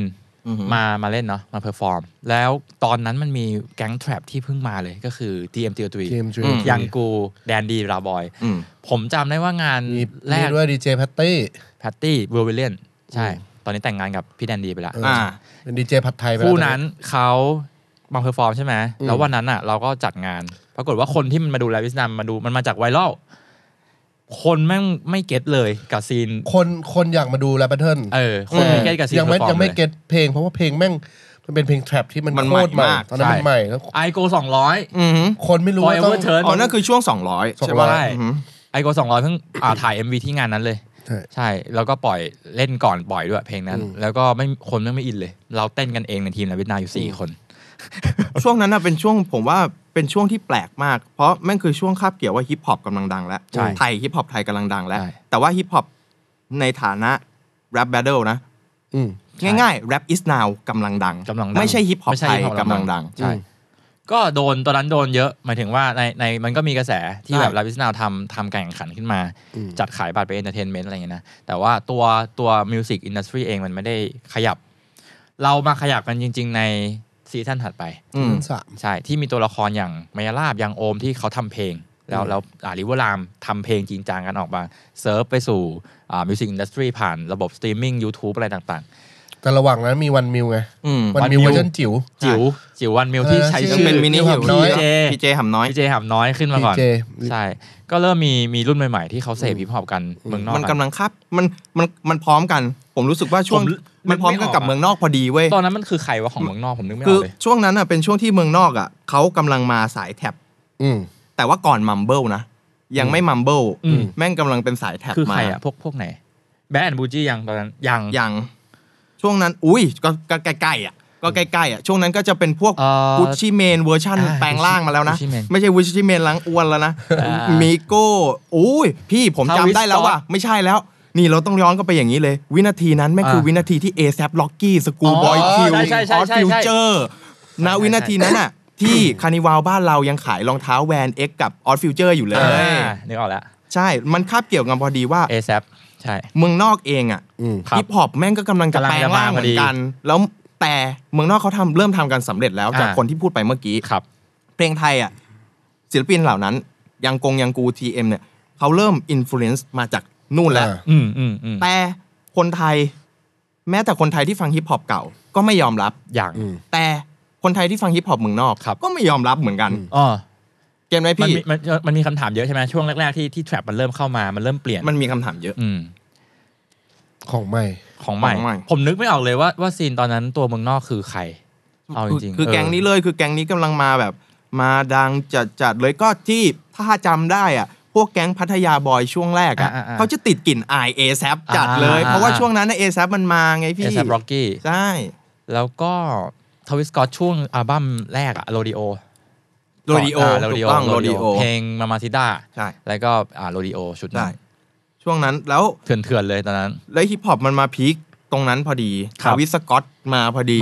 มามาเล่นเนาะมาเพอร์ฟอร์มแล้วตอนนั้นมันมีแก๊งแทร็ปที่เพิ่งมาเลยก็คือ ที เอ็ม ที โอ ทรี ยังกูแดนดีราบอยผมจำได้ว่างานแรกด้วยดีเจแพตตี้แพตตี้เวอร์วิลเลียนใช่ตอนนี้แต่งงานกับพี่แดนดีไปแล้วเป็นดีเจผัดไทยไปคู่นั้นเขามาเพอร์ฟอร์มใช่ไหมแล้ววันนั้นอ่ะเราก็จัดงานปรากฏว่าคนที่มันมาดูไลฟ์วิสนามมาดูมันมาจากไวรัลคนแม่งไม่เก็ตเลยกับซีนคนคนอยากมาดูแรปเปอร์เทิลเออคนไม่เก็ตกับซีนยังไม่ยังไม่เก็ตเพลงเพราะว่าเพลงแม่งมันเป็นเพลงแทร็ปที่มันโคตรใหม่ตอนนั้นมันใหม่แล้วไอโกสองร้อยคนไม่รู้ว่าต้องอ๋อนั่นคือช่วงสองร้อยใช่ป่ะไอโกสองร้อยเพิ่งถ่าย เอ็ม วี ที่งานนั้นเลยใช่แล้วก็ปล่อยเล่นก่อนปล่อยด้วยเพลงนั้นแล้วก็ไม่คนไม่ไม่อินเลยเราเต้นกันเองในทีมไลฟ์วิสนามอยู่สี่คนช่วงนั้นน่ะเป็นช่วงผมว่าเป็นช่วงที่แปลกมากเพราะแม่งคือช่วงคาบเกี่ยวว่าฮิปฮอปกำลังดังแล้วไทยฮิปฮอปไทยกำลังดังแล้วแต่ว่าฮิปฮอปในฐานะแรปแบทเทิลนะง่ายๆ Rap is now กำลังดังไม่ใช่ฮิปฮอปไทยกำลังดังใช่ก็โดนตอนนั้นโดนเยอะหมายถึงว่าในในมันก็มีกระแสที่แบบ Rap is now ทำทำการแข่งขันขึ้นมาจัดขายบัตรไปเอนเตอร์เทนเมนต์อะไรอย่างเงี้ยนะแต่ว่าตัวตัวมิวสิกอินดัสทรีเองมันไม่ได้ขยับเรามาขยับกันจริงๆในซีซั่นถัดไปใช่ที่มีตัวละครอย่างมายาลาบยังโอมที่เขาทำเพลงแล้วแล้วอ่าริเวอร์รามทำเพลงจริงจังกันออกมาเซิร์ฟไปสู่อ่ามิวสิกอินดัสทรีผ่านระบบสตรีมมิ่ง YouTube อะไรต่างๆแต่ระหว่างนั้นมีวันมิวไงวันมิวเวอร์ชันจิ๋วจิ๋วจิ๋ววันมิวที่ใช้ชื่อเป็นมินิหิวน้อยพีเจหำน้อยพีเจหำน้อยขึ้นมาก่อนใช่ก็เริ่มมีมีรุ่นใหม่ๆที่เขาเสพฮิปฮอปกันเมืองนอกมันกำลังคับมันมันมันพร้อมกันผมรู้สึกว่าช่วงมันพร้อมกันกับเมืองนอกพอดีเว้ยตอนนั้นมันคือใครวะของเมืองนอกผมนึกไม่ออกเลยคือช่วงนั้นอ่ะเป็นช่วงที่เมืองนอกอ่ะเขากำลังมาสายแท็บแต่ว่าก่อนมัมเบิลนะยังไม่มัมเบิลแม่งกำลังเป็นสายแท็บมาคือใครอ่ะพวกพวกไหนแบดแอนด์บูจี้ยังตอนนั้นยังยังช่วงนั้นอุ้ยก็ใกล้ๆอ่ะก็ใกล้ๆอ่ะช่วงนั้นก็จะเป็นพวกกุชชี่เมนเวอร์ชั่นแปลงร่างมาแล้วนะไม่ใช่กุชชี่เมนล้างอ้วนแล้วนะมิโก้อุ้ยพี่ผมจำได้แล้วว่าไม่ใช่แล้วนี่เราต้องย้อนก็ไปอย่างนี้เลยวินาทีนั้นแม่งคือวินาทีที่ A$AP Rocky Schoolboy Q Odd Future ณวินาทีนั้นอ่ะที่คาร์นิวัลบ้านเรายังขายรองเท้าแวน X กับ Odd Future อยู่เลยนึกออกแล้วใช่มันคาบเกี่ยวกันพอดีว่า A$AP ใช่เมืองนอกเองอ่ะฮิปฮอปแม่งก็กำลังจะแปลงร่างเหมือนกันแล้วแต่เมืองนอกเขาทำเริ่มทำกันสำเร็จแล้วจากคนที่พูดไปเมื่อกี้เพลงไทยอ่ะศิลปินเหล่านั้นยังกงยังกู ที เอ็ม เนี่ยเขาเริ่มอิมโฟเรนซ์มาจากนู่นแล้วแต่คนไทยแม้แต่คนไทยที่ฟังฮิปฮอปเก่าก็ไม่ยอมรับอย่างแต่คนไทยที่ฟังฮิปฮอปเมืองนอกก็ไม่ยอมรับเหมือนกันอ๋อเกมไหมพี่มันมันมีคำถามเยอะใช่ไหมช่วงแรกๆที่ที่แทร็ปมันเริ่มเข้ามามันเริ่มเปลี่ยนมันมีคำถามเยอะของใหม่ของใหม่ผมนึกไม่ออกเลยว่าว่าซีนตอนนั้นตัวเมืองนอกคือใครเอาจริงๆคือแก๊งนี้เลยคือแก๊งนี้กำลังมาแบบมาดังจัดๆเลยก็ที่ถ้าจำได้อ่ะพวกแก๊งพัทยาบอยช่วงแรกอ่ะเขาจะติดกลิ่นอาย A$AP จัดเลยเพราะว่าช่วงนั้น A$AP มันมาไงพี่ A$AP Rocky ใช่แล้วก็ทวิสกอตช่วงอัลบั้มแรกอะโรดิโอโรดิโอถูกต้องโรดิโอเพลงมามาซิด้าใช่แล้วก็อ่าโรดิโอชุดนั้นช่วงนั้นแล้วเถื่อนๆเลยตอนนั้นแล้วฮิปฮอปมันมาพีคตรงนั้นพอดีทวิสกอตมาพอดี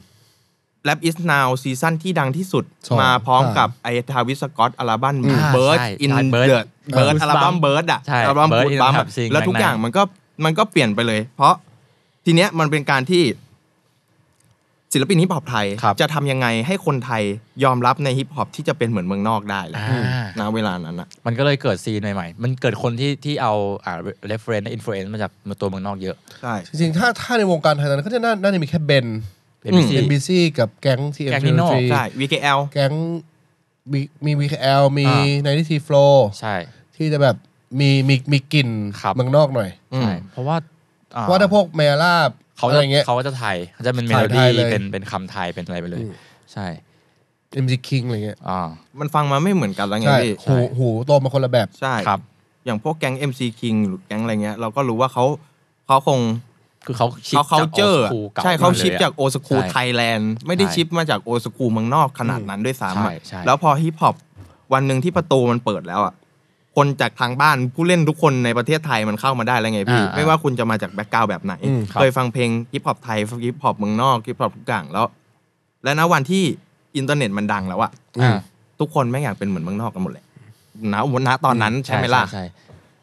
Rap is now ซีซั่นที่ดังที่สุดมาพร้อมกับไอ้ทาวิสกอตอัลบั้ม Bird in the Bird อัลบั้ม Bird อ่ะอัลบั้ม Bird แล้วทุกอย่างมันก็มันก็เปลี่ยนไปเลยเพราะทีเนี้ยมันเป็นการที่ศิลปินฮิปฮอปไทยจะทำยังไงให้คนไทยยอมรับในฮิปฮอปที่จะเป็นเหมือนเมืองนอกได้เลยณเวลานั้นนะมันก็เลยเกิดซีนใหม่ๆมันเกิดคนที่ที่เอาอ่า reference influence มาจากตัวเมืองนอกเยอะใช่จริงๆถ้าถ้าในวงการไทยตอนนั้นก็จะน่าจะมีแค่เบนเอ็น บี ซี กับแก๊ง ที เอ็มทีใช่ วี เค แอลแก๊งมี วี เค แอล มี ไนน์ตี้ ที Flow ใช่ที่จะแบบมีมีมีกลิ่นเมืองนอกหน่อยใช่เพราะว่าเพราะถ้าพวกเมลาบเขาจะเขาก็จะไทยเขาจะเป็นเมโลดี้เป็นเป็นคำไทยเป็นอะไรไปเลยใช่เอ็ม ซี King อะไรเงี้ยอ่ามันฟังมาไม่เหมือนกันแล้วไงพี่หูหูโตมาคนละแบบใช่ครับอย่างพวกแก๊ง เอ็ม ซี King หรือแก๊งอะไรเงี้ยเราก็รู้ว่าเขาเขาคงคือเขาชิปจากโอสคูลใช่เขาชิปจากโอสคูลไทยแลนด์ไม่ได้ชิปมาจากโอสคูลเมืองนอกขนาดนั้นด้วยซ้ำแล้วพอฮิปฮอปวันหนึ่งที่ประตูมันเปิดแล้วอ่ะคนจากทางบ้านผู้เล่นทุกคนในประเทศไทยมันเข้ามาได้แล้วไงพี่ไม่ว่าคุณจะมาจากแบ็คกราวด์แบบไหนเคยฟังเพลงฮิปฮอปไทยฮิปฮอปเมืองนอกฮิปฮอปทุกอย่างแล้วและณวันที่อินเทอร์เน็ตมันดังแล้วอ่ะทุกคนไม่อยากเป็นเหมือนเมืองนอกกันหมดเลยณณตอนนั้นใช่ไหมล่ะ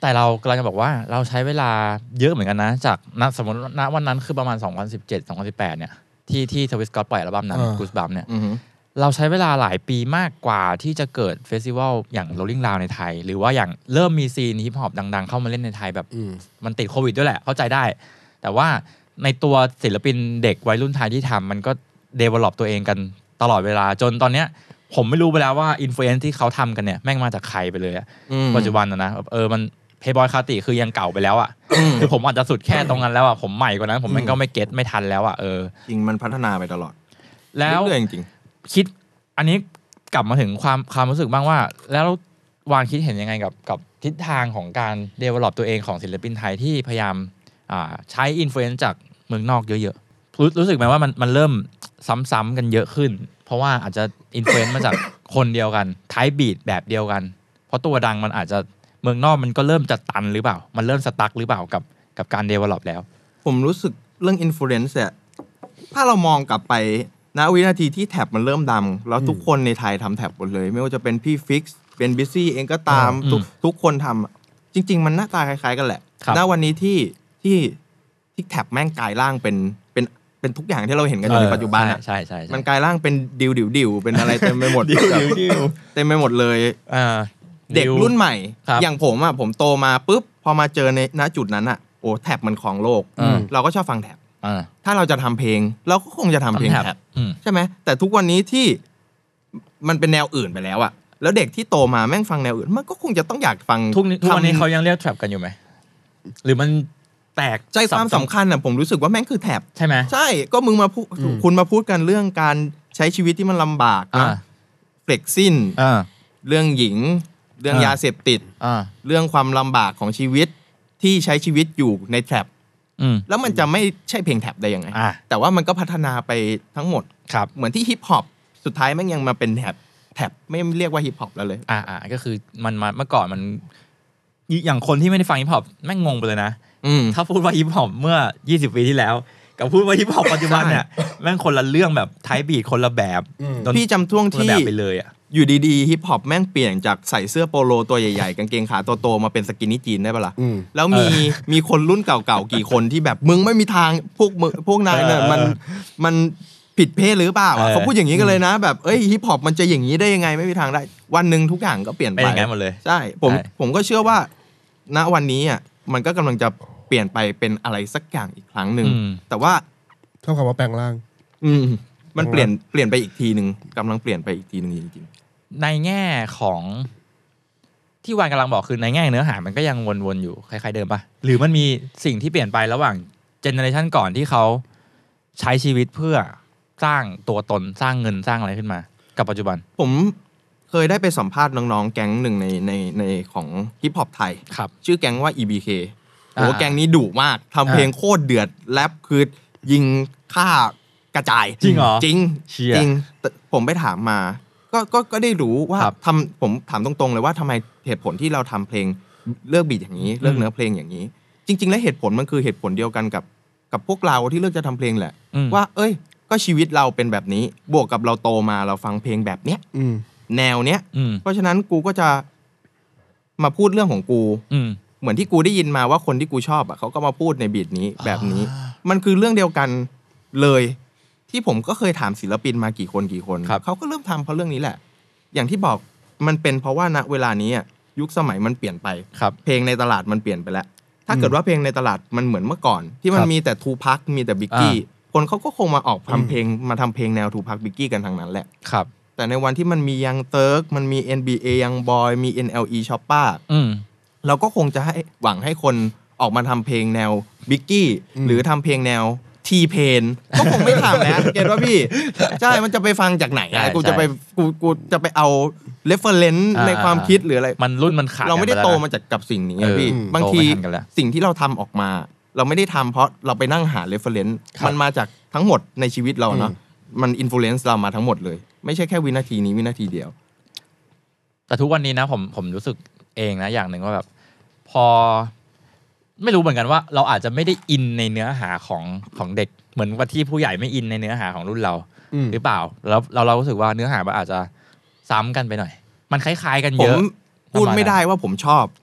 แต่เรากำลังจะบอกว่าเราใช้เวลาเยอะเหมือนกันนะจากณสมมติณวันนั้นคือประมาณสองพันสิบเจ็ด สองพันสิบแปดเนี่ยที่ที่ทวิสก็อตปล่อยอัลบั้มนั้น Goosebumps เนี่ยเราใช้เวลาหลายปีมากกว่าที่จะเกิดเฟสติวัลอย่าง Rolling Loud ในไทยหรือว่าอย่างเริ่มมีซีนฮิปฮอปดังๆเข้ามาเล่นในไทยแบบมันติดโควิดด้วยแหละเข้าใจได้แต่ว่าในตัวศิลปินเด็กวัยรุ่นไทยที่ทำมันก็ develop ตัวเองกันตลอดเวลาจนตอนเนี้ยผมไม่รู้ไปแล้วว่าอินฟลูเอนซ์ที่เขาทำกันเนี่ยแม่งมาจากใครไปเลยอะปัจจุบันนะนะเออมันเพย์บอยคาติคือยังเก่าไปแล้วอ่ะคือผมอาจจะสุดแค่ตรงนั้นแล้วอ่ะผมใหม่กว่านั้นผมแม่งก็ไม่เก็ตไม่ทันแล้วอ่ะเออจริงมันพัฒนาไปตลอดแล้วจริงๆคิดอันนี้กลับมาถึงความความรู้สึกบ้างว่าแล้ววางคิดเห็นยังไงกับกับทิศทางของการเดเวลลอปตัวเองของศิลปินไทยที่พยายามอ่าใช้อินฟลูเอนซ์จากเมืองนอกเยอะๆรู้รู้สึกไหมว่ามันมันเริ่มซ้ำๆกันเยอะขึ้นเพราะว่าอาจจะอินฟลูเอนซ์มาจากคนเดียวกันไทป์บีทแบบเดียวกันเพราะตัวดังมันอาจจะเมืองนอกมันก็เริ่มจะตันหรือเปล่ามันเริ่มสตั๊กหรือเปล่ากับกับการเดเวลลอปแล้วผมรู้สึกเรื่องอินฟลูเอนซ์เนี่ยถ้าเรามองกลับไปณวินาทีที่แท็บมันเริ่มดังแล้วทุกคนในไทยทำแท็บหมดเลยไม่ว่าจะเป็นพี่ฟิกซ์เป็นบิซซี่เองก็ตามทุกทุกคนทำจริงๆมันหน้าตาคล้ายๆกันแหละณวันนี้ที่ที่ที่แท็บแม่งกลายร่างเป็นเป็นเป็นทุกอย่างที่เราเห็นกันอยู่ในปัจจุบันอ่ะใช่ใช่มันกลายร่างเป็นดิวดิวดิวเป็นอะไรเต็มไปหมดเต็มไปหมดเลยเด็กรุ่นใหม่อย่างผมอ่ะผมโตมาปุ๊บพอมาเจอในณจุดนั้นอ่ะโอ้แท็บมันของโลกเราก็ชอบฟังแท็บถ้าเราจะทำเพลงเราก็คงจะทำเพลงแท็บใช่ไหมแต่ทุกวันนี้ที่มันเป็นแนวอื่นไปแล้วอ่ะแล้วเด็กที่โตมาแม่งฟังแนวอื่นมันก็คงจะต้องอยากฟังทุกทุกวันนี้เขายังเรียกแท็บกันอยู่ไหมหรือมันแตกใจความสำคัญอ่ะผมรู้สึกว่าแม่งคือแท็บใช่ไหมใช่ก็มึงมาพูดคุณมาพูดกันเรื่องการใช้ชีวิตที่มันลำบากนะเฟล็กซินเรื่องหญิงเรื่องยาเสพติดเรื่องความลำบากของชีวิตที่ใช้ชีวิตอยู่ในแท็บแล้วมันจะไม่ใช่เพลงแท็บได้ยังไงแต่ว่ามันก็พัฒนาไปทั้งหมดเหมือนที่ฮิปฮอปสุดท้ายแม่งยังมาเป็นแท็บแท็บไม่เรียกว่าฮิปฮอปแล้วเลยอ่าอ่าก็คือมันมาเมื่อก่อนมันอย่างคนที่ไม่ได้ฟังฮิปฮอปแม่งงงไปเลยนะถ้าพูดว่าฮิปฮอปเมื่อยี่สิบปีที่แล้วกับพูดว่าฮิปฮอปปัจจุบันเนี่ยแม่งคนละเรื่องแบบไทป์บีทคนละแบบพี่จำช่วงที่แบบไปเลยอ่ะอยู่ดีๆฮิปฮอปแม่งเปลี่ยนจากใส่เสื้อโปโลตัวใหญ่ๆกางเกงขาโตๆมาเป็นสกินนี่จีนได้ปะล่ะแล้วมีมีคนรุ่นเก่าๆกี่คนที่แบบมึงไม่มีทางพวกมึงพวกนายเนี่ยมันมันผิดเพศหรือเปล่าเขาพูดอย่างนี้กันเลยนะแบบเอ้ยฮิปฮอปมันจะอย่างนี้ได้ยังไงไม่มีทางได้วันนึงทุกอย่างก็เปลี่ยนไปอย่างนั้นหมดเลยใช่ผมผมก็เชื่อว่าณวันนี้อ่ะมันก็กำลังจะเปลี่ยนไปเป็นอะไรสักอย่างอีกครั้งนึงแต่ว่าชอบคำว่าแปลงร่างอืมมันเปลี่ยนเปลี่ยนไปอีกทีนึงกำลังเปลี่ยนไปอีกทีนึงจริงในแง่ของที่วานกำลังบอกคือในแง่เนื้อหามันก็ยังวนๆอยู่คล้ายๆเดิมป่ะหรือมันมีสิ่งที่เปลี่ยนไประหว่างเจเนอเรชันก่อนที่เขาใช้ชีวิตเพื่อสร้างตัวตนสร้างเงินสร้างอะไรขึ้นมากับปัจจุบันผมเคยได้ไปสัมภาษณ์น้องๆแก๊งหนึ่งในในในของฮิปฮอปไทยชื่อแก๊งว่า อี บี เค โอ้แก๊งนี้ดุมากทำเพลงโคตรเดือดแรปคือยิงฆ่ากระจายจริงเหรอจริงจริงผมไปถามมาก็ก็ก็ได้รู้ว่าทำผมถามตรงๆเลยว่าทำไมเหตุผลที่เราทำเพลงเลือกบีทอย่างนี้เลือกเนื้อเพลงอย่างนี้จริงๆแล้วเหตุผลมันคือเหตุผลเดียวกันกับกับพวกเราที่เลือกจะทำเพลงแหละว่าเอ้ยก็ชีวิตเราเป็นแบบนี้บวกกับเราโตมาเราฟังเพลงแบบเนี้ยแนวเนี้ยเพราะฉะนั้นกูก็จะมาพูดเรื่องของกูเหมือนที่กูได้ยินมาว่าคนที่กูชอบอ่ะเขาก็มาพูดในบีทนี้แบบนี้มันคือเรื่องเดียวกันเลยที่ผมก็เคยถามศิลปินมากี่คนกี่คนเขาก็เริ่มทำเพราะเรื่องนี้แหละอย่างที่บอกมันเป็นเพราะว่าณเวลานี้ยุคสมัยมันเปลี่ยนไปเพลงในตลาดมันเปลี่ยนไปแล้วถ้าเกิดว่าเพลงในตลาดมันเหมือนเมื่อก่อนที่มันมีแต่ทูพักมีแต่บิ๊กกี้คนเขาก็คงมาออกทำเพลงมาทำเพลงแนวทูพักบิ๊กกี้กันทางนั้นแหละครับแต่ในวันที่มันมียังเติร์กมันมี เอ็น บี เอ ยังบอยมี เอ็น แอล อี ช็อปป้าเราก็คงจะให้หวังให้คนออกมาทำเพลงแนวบิ๊กกี้หรือทำเพลงแนวทีเพนก็คงไม่ทำแล้วเก็ทว่าพี่ใช่มันจะไปฟังจากไหนอ่ะกูจะไปกูกูจะไปเอาเรฟเฟอเรนซ์ในความคิดหรืออะไรมันรุ่นมันขาดเราไม่ได้โตมาจากกับสิ่งนี้พี่บางทีสิ่งที่เราทำออกมาเราไม่ได้ทำเพราะเราไปนั่งหาเรฟเฟอเรนซ์มันมาจากทั้งหมดในชีวิตเราเนาะมันอิมโฟเรนซ์เรามาทั้งหมดเลยไม่ใช่แค่วินาทีนี้วินาทีเดียวแต่ทุกวันนี้นะผมผมรู้สึกเองนะอย่างหนึ่งว่าแบบพอไม่รู้เหมือนกันว่าเราอาจจะไม่ได้อินในเนื้อหาของของเด็กเหมือนว่าที่ผู้ใหญ่ไม่อินในเนื้อหาของรุ่นเราหรือเปล่าแล้วเราเรารู้สึกว่าเนื้อหามันอาจจะซ้ำกันไปหน่อยมันคล้ายๆกันเยอะผมพูดไม่ได้ว่าผมชอบอ่า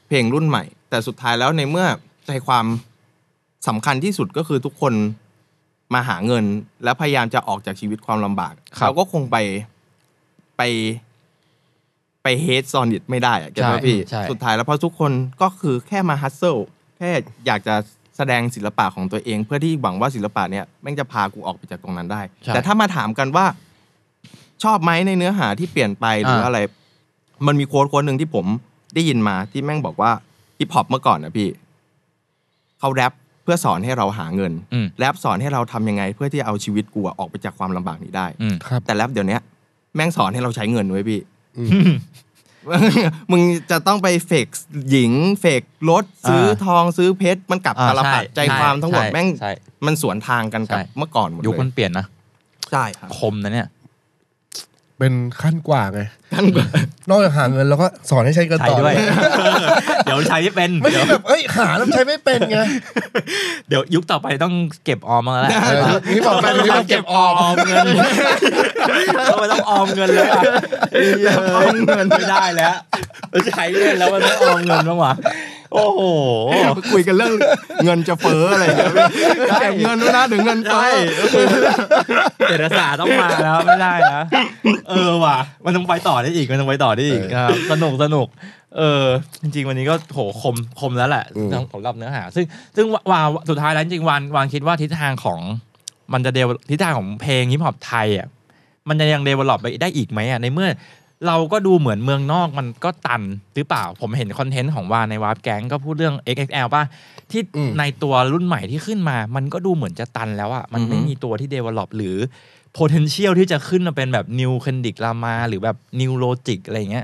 เพลงรุ่นใหม่แต่สุดท้ายแล้วในเมื่อใจความสำคัญที่สุดก็คือทุกคนมาหาเงินและพยายามจะออกจากชีวิตความลำบากเราก็คงไปไปไปเฮดซอนดิตไม่ได้อะแกว่าพี่สุดท้ายแล้วเพราะทุกคนก็คือแค่มาฮัสเซิลแค่อยากจะแสดงศิลปะของตัวเองเพื่อที่หวังว่าศิลปะเนี้ยแม่งจะพากูออกไปจากตรงนั้นได้แต่ถ้ามาถามกันว่าชอบไหมในเนื้อหาที่เปลี่ยนไปหรืออะไรมันมีโค้ดโค้ดหนึ่งที่ผมได้ยินมาที่แม่งบอกว่าฮิปฮอปเมื่อก่อนนะพี่เขาแรปเพื่อสอนให้เราหาเงินแรปสอนให้เราทำยังไงเพื่อที่จะเอาชีวิตกูออกไปจากความลำบากนี้ได้แต่แรปเดี๋ยวนี้แม่งสอนให้เราใช้เงินไว้พี่มึงจะต้องไปเฟกหญิงเฟกรถซื้อทองซื้อเพชรมันกลับตลปัดใจความทั้งหมดแม่งมันสวนทางกันกับเมื่อก่อนหมดเลยยุคมันเปลี่ยนนะใช่ครับคมนะเนี่ยเป็นขั้นกว่าไงขั้นกว่านอกจากหาเงินแล้วก็สอนให้ใช้กันต่อด้วยเดี๋ยวใช้ไม่เป็นไม่ใช่แบบเอ้ยหาแล้วใช้ไม่เป็นไงเดี๋ยวยุคต่อไปต้องเก็บออมมาแล้วนี่บอกไปนี่ต้องเก็บออมเงินต้องไปต้องออมเงินเลยอ่ะออมเงินไม่ได้แล้วใช้เงินแล้วมันต้องออมเงินบ้างวะโอ้โหคุยกันเรื่องเงินจะเฟ้ออะไรอย่างเงี้ยเก็บเงินด้วยนะถึงเงินเฟ้อเศรษฐศาสตร์ต้องมาแล้วไม่ได้นะเออว่ะมันต้องไปต่อได้อีกมันต้องไปต่อได้อีกครับสนุกสนุกเออจริงๆวันนี้ก็โหคมคมแล้วแหละสำหรับเนื้อหาซึ่งซึ่งวาสุดท้ายแล้วจริงๆวานวานคิดว่าทิศทางของมันจะเดเวทิศทางของเพลงฮิปฮอปไทยอ่ะมันจะยังเดเวลลอปไปได้อีกไหมอ่ะในเมื่อเราก็ดูเหมือนเมืองนอกมันก็ตันหรือเปล่าผมเห็นคอนเทนต์ของวานในวาร์ปแก๊งก็พูดเรื่อง เอ็กซ์ เอ็กซ์ แอล ป่ะที่ในตัวรุ่นใหม่ที่ขึ้นมามันก็ดูเหมือนจะตันแล้วอ่ะมันไม่มีตัวที่เดเวลลอปหรือ potential ที่จะขึ้นมาเป็นแบบ New Kendrick Lamar หรือแบบ New Logic อะไรอย่างเงี้ย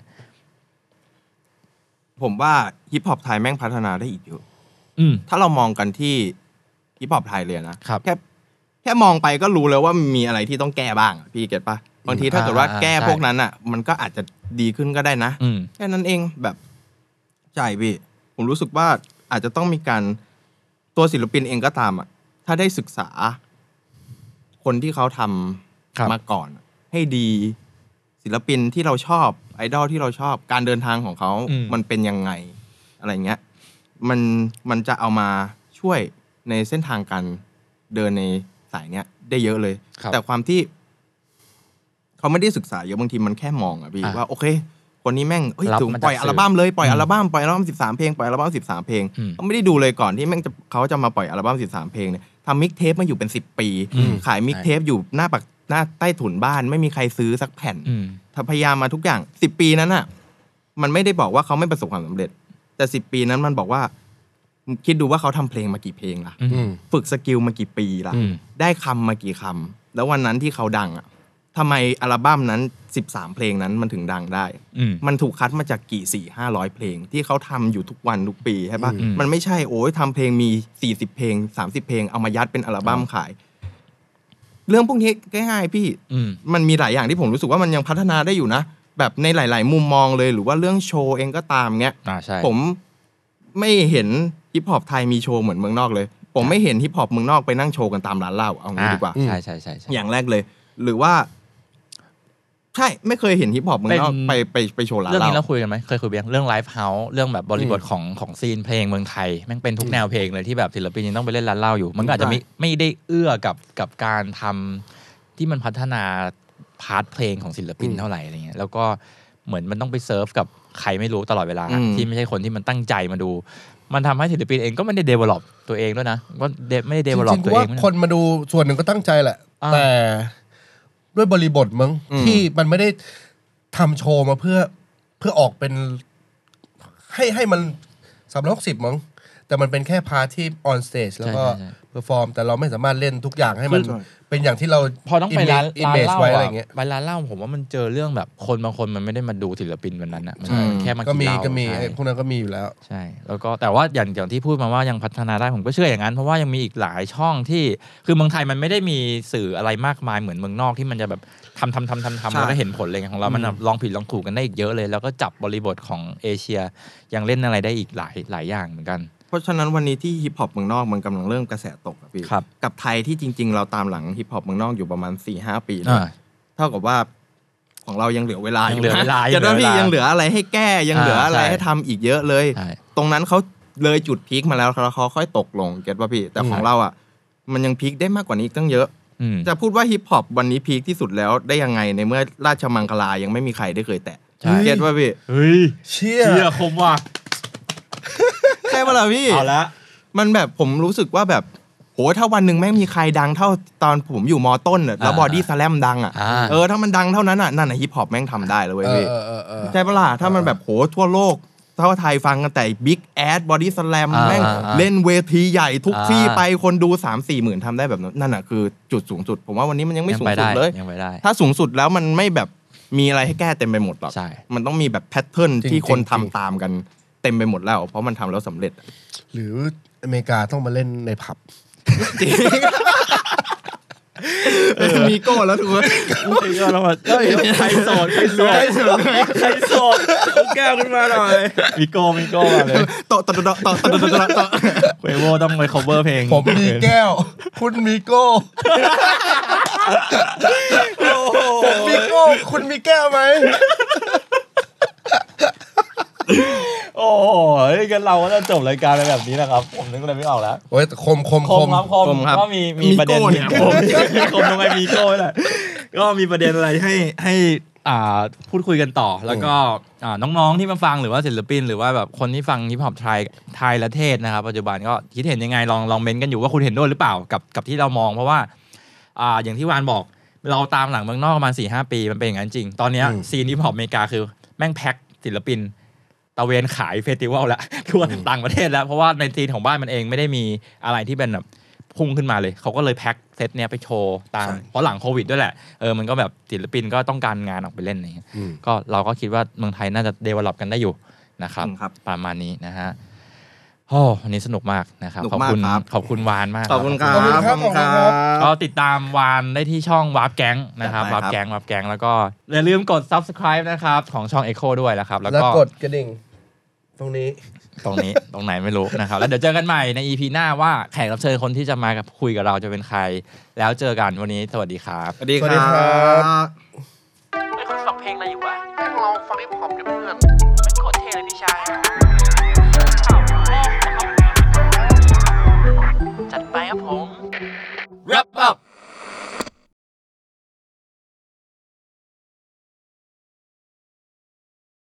ผมว่าฮิปฮอปไทยแม่งพัฒนาได้อีกเยอะถ้าเรามองกันที่ฮิปฮอปไทยเลยนะแค่แค่มองไปก็รู้แล้วว่ามีอะไรที่ต้องแก้บ้างพี่เก็ทป่ะบางทีถ้าเกิดว่าแก้พวกนั้นอ่ะมันก็อาจจะดีขึ้นก็ได้นะแค่นั้นเองแบบใช่พี่ผมรู้สึกว่าอาจจะต้องมีการตัวศิลปินเองก็ตามอ่ะถ้าได้ศึกษาคนที่เขาทำมาก่อนให้ดีศิลปินที่เราชอบไอดอลที่เราชอบการเดินทางของเขามันเป็นยังไงอะไรเงี้ยมันมันจะเอามาช่วยในเส้นทางการเดินในสายเนี้ยได้เยอะเลยแต่ความที่เขาไม่ได้ศึกษาเยอะบางทีมันแค่มองอ่ะพี่ว่าโอเคคนนี้แม่งเอ้ยถึงปล่อยอัลบั้มเลยปล่อยอัลบั้มปล่อยอัลบั้มสิบสามเพลงปล่อยอัลบั้มสิบสามเพลงเขาไม่ได้ดูเลยก่อนที่แม่งจะเขาจะมาปล่อยอัลบั้มสิบสามเพลงเนี่ยทำมิกเทปมาอยู่เป็นสิบปีขายมิกเทปอยู่หน้าปากหน้าใต้ถุนบ้านไม่มีใครซื้อสักแผ่นถ้าพยายามมาทุกอย่างสิบปีนั้นน่ะมันไม่ได้บอกว่าเขาไม่ประสบความสำเร็จแต่สิบปีนั้นมันบอกว่าคิดดูว่าเขาทำเพลงมากี่เพลงล่ะฝึกสกิลมากี่ปีล่ะได้คำมากี่คำแล้ววันนั้นที่เขาดังอ่ะทำไมอัลบั้มนั้นสิบสามเพลงนั้นมันถึงดังได้มันถูกคัดมาจากกี่ สี่ห้าร้อย เพลงที่เขาทำอยู่ทุกวันทุกปีใช่ป่ะมันไม่ใช่โอ้ยทำเพลงมีสี่สิบเพลงสามสิบเพลงเอามายัดเป็นอัลบั้มขายเรื่องพวกนี้ง่ายๆพี่มันมีหลายอย่างที่ผมรู้สึกว่ามันยังพัฒนาได้อยู่นะแบบในหลายๆมุมมองเลยหรือว่าเรื่องโชว์เองก็ตามเงี้ยผมไม่เห็นฮิปฮอปไทยมีโชว์เหมือนเมืองนอกเลยผมไม่เห็นฮิปฮอปเมืองนอกไปนั่งโชว์กันตามร้านเหล้าเอางี้ดีกว่าใช่ใช่ใช่อย่างแรกเลยหรือว่าใช่ไม่เคยเห็นฮิปฮอปเมืองนอกไปไปไปโชว์ร้านเหล้าเรื่องนี้เราคุยกันไหมเคยคุยเรื่องไลฟ์เฮาส์เรื่องแบบบริบทของของซีนเพลงเมืองไทยแม่งเป็นทุกแนวเพลงเลยที่แบบศิลปินยังต้องไปเล่นร้านเหล้าอยู่มันก็อาจจะไม่ไม่ได้เอื้อกับกับการทำที่มันพัฒนาพาร์ทเพลงของศิลปินเท่าไหร่อะไรเงี้ยแล้วก็เหมือนมันต้องไปเซิร์ฟกับใครไม่รู้ตลอดเวลาที่ไม่ใช่คนที่มันตั้งใจมาดูมันทำให้ศิลปินเองก็ไม่ได้ develop ตัวเองด้วยนะก็ไม่ได้ develop ตัวเองคนมาดูส่วนหนึ่งก็ตั้งใจแหละแต่ด้วยบริบทมั้งที่มันไม่ได้ทำโชว์มาเพื่อเพื่อออกเป็นให้ให้มันสามร้อยหกสิบมั้งแต่มันเป็นแค่พาร์ทที่ออนสเตจแล้วก็เพอร์ฟอร์มแต่เราไม่สามารถเล่นทุกอย่างให้มันเป็นอย่างที่เราพอต้องไปร้านร้านเหล้าอะไรเงี้ยไปร้านเหล้าผมว่ามันเจอเรื่องแบบคนบางคนมันไม่ได้มาดูศิลปินวันนั้นอ่ะมันแค่มากินเหล้าก็มีพวกนั้นก็มีอยู่แล้วใช่แล้วก็แต่ว่าอย่างอย่างที่พูดมาว่ายังพัฒนาได้ผมก็เชื่ออย่างนั้นเพราะว่ายังมีอีกหลายช่องที่คือเมืองไทยมันไม่ได้มีสื่ออะไรมากมายเหมือนเมืองนอกที่มันจะแบบทำทำทำทำทำแล้วก็เห็นผลเลยของเรามันลองผิดลองถูกกันได้อีกเยอะเลยแล้วก็จับบริบทของเอเชียยังเล่นอะไรได้อีกหลายหลายอย่างเหมือนกันเพราะฉะนั้นวันนี้ที่ฮิปฮอปเมืองนอกมันกำลังเริ่มกระแสตกครับพี่กับไทยที่จริงๆเราตามหลังฮิปฮอปเมืองนอกอยู่ประมาณ สี่ห้า ปีแล้วเท่ากับว่าของเรายังเหลือเวลาอยู่นะจะได้พี่ยังเหลืออะไรให้แก้ยังเหลืออะไรให้ทำอีกเยอะเลยตรงนั้นเขาเลยจุดพีคมาแล้วแล้วเขาค่อยตกลงเก็ตป่ะพี่แต่ของเราอ่ะมันยังพีคได้มากกว่านี้อีกตั้งเยอะจะพูดว่าฮิปฮอปวันนี้พีคที่สุดแล้วได้ยังไงในเมื่อราชมังคลายังไม่มีใครได้เคยแตะเก็ตป่ะพี่เฮ้ยเชี่ยเชี่ยคมว่ะใช่ป่ะล่ะพี่เอาละมันแบบผมรู้สึกว่าแบบโหถ้าวันหนึ่งแม่งมีใครดังเท่าตอนผมอยู่มอต้นอ่ะแล้วบอดี้สแลมดังอ่ะเออถ้ามันดังเท่านั้นอ่ะนั่นน่ะฮิปฮอปแม่งทำได้เลยเว้ยพี่ใช่ปะล่ะถ้ามันแบบโหทั่วโลกถ้าว่าไทยฟังกันแต่บิ๊กแอดบอดี้สแลมแม่งเล่นเวทีใหญ่ทุกที่ไปคนดู สามสี่ หมื่นทำได้แบบนั้นนั่นน่ะคือจุดสูงสุดผมว่าวันนี้มันยังไม่สูงสุดเลยถ้าสูงสุดแล้วมันไม่แบบมีอะไรให้แก้เต็มไปหมดหรอกมันต้องมีแบบแพทเทิร์นที่คนทำตามกันเต็มไปหมดแล้วเพราะมันทำแล้วสำเร็จหรืออเมริกาต้องมาเล่นในผับจริงมีโก้แล้วทุกคนมีโก้แล้วมันใครโสดใครโสดใครโสดเอาแก้วขึ้นมาหน่อยมีโก้มีโก้มาเลยต่อต่อต่อต่อต่อต่อต่อเวโวต้องไป cover เพลงผมมีแก้วคุณมีโก้ผมมีโก้คุณมีแก้วไหมโอ้โหกันเราก็จะจบรายการแบบนี้นะครับผมนึกอะไรไม่ออกแล้วโอ้ยคมคมคมครับคมก็มีมีประเด็นมีคมคมตรงไหนมีโก้แหละก็มีประเด็นอะไรให้ให้อ่าพูดคุยกันต่อแล้วก็อ่าน้องๆที่มาฟังหรือว่าศิลปินหรือว่าแบบคนที่ฟังฮิปฮอปไทยไทยและเทศนะครับปัจจุบันก็คิดเห็นยังไงลองลองเม้นกันอยู่ว่าคุณเห็นด้วยหรือเปล่ากับกับที่เรามองเพราะว่าอ่าอย่างที่วานบอกเราตามหลังเมืองนอกประมาณ สี่ห้า ปีมันเป็นอย่างนั้นจริงตอนนี้ซีนฮิปฮอปอเมริกาคือแม่งแพ็คศิลปินตะเวนขายเฟสติวัลแล้วทั่วต่างประเทศแล้วเพราะว่าในซีนของบ้านมันเองไม่ได้มีอะไรที่เป็นแบบพุ่งขึ้นมาเลยเขาก็เลยแพ็คเซตเนี้ยไปโชว์ตามเพราะหลังโควิดด้วยแหละเออมันก็แบบศิลปินก็ต้องการงานออกไปเล่นอะไรเงี้ยก็เราก็คิดว่าเมืองไทยน่าจะเดเวลลอปกันได้อยู่นะครับประมาณนี้นะฮะโอ้วันนี้สนุกมากนะครับขอบคุณขอบคุณวานมากขอบคุณครับขอบคุณครับก็ติดตามวานได้ที่ช่องวาร์ปแก๊งนะครับวาร์ปแก๊งวาร์ปแก๊งแล้วก็อย่าลืมกด Subscribe นะครับของช่อง Echo ด้วยนะครับแล้วก็กดกระดิ่งตรงนี้ตรงนี้ตรงไหนไม่รู้นะครับแล้วเดี๋ยวเจอกันใหม่ใน อี พี หน้าว่าแขกรับเชิญคนที่จะมากับคุยกับเราจะเป็นใครแล้วเจอกันวันนี้สวัสดีครับสวัสดีครับไม่คุณฟังเพลงอะไรอยู่วะลองฟังฮิปฮอปกับเพื่อนมันโคตรเท่เลยพี่ชาย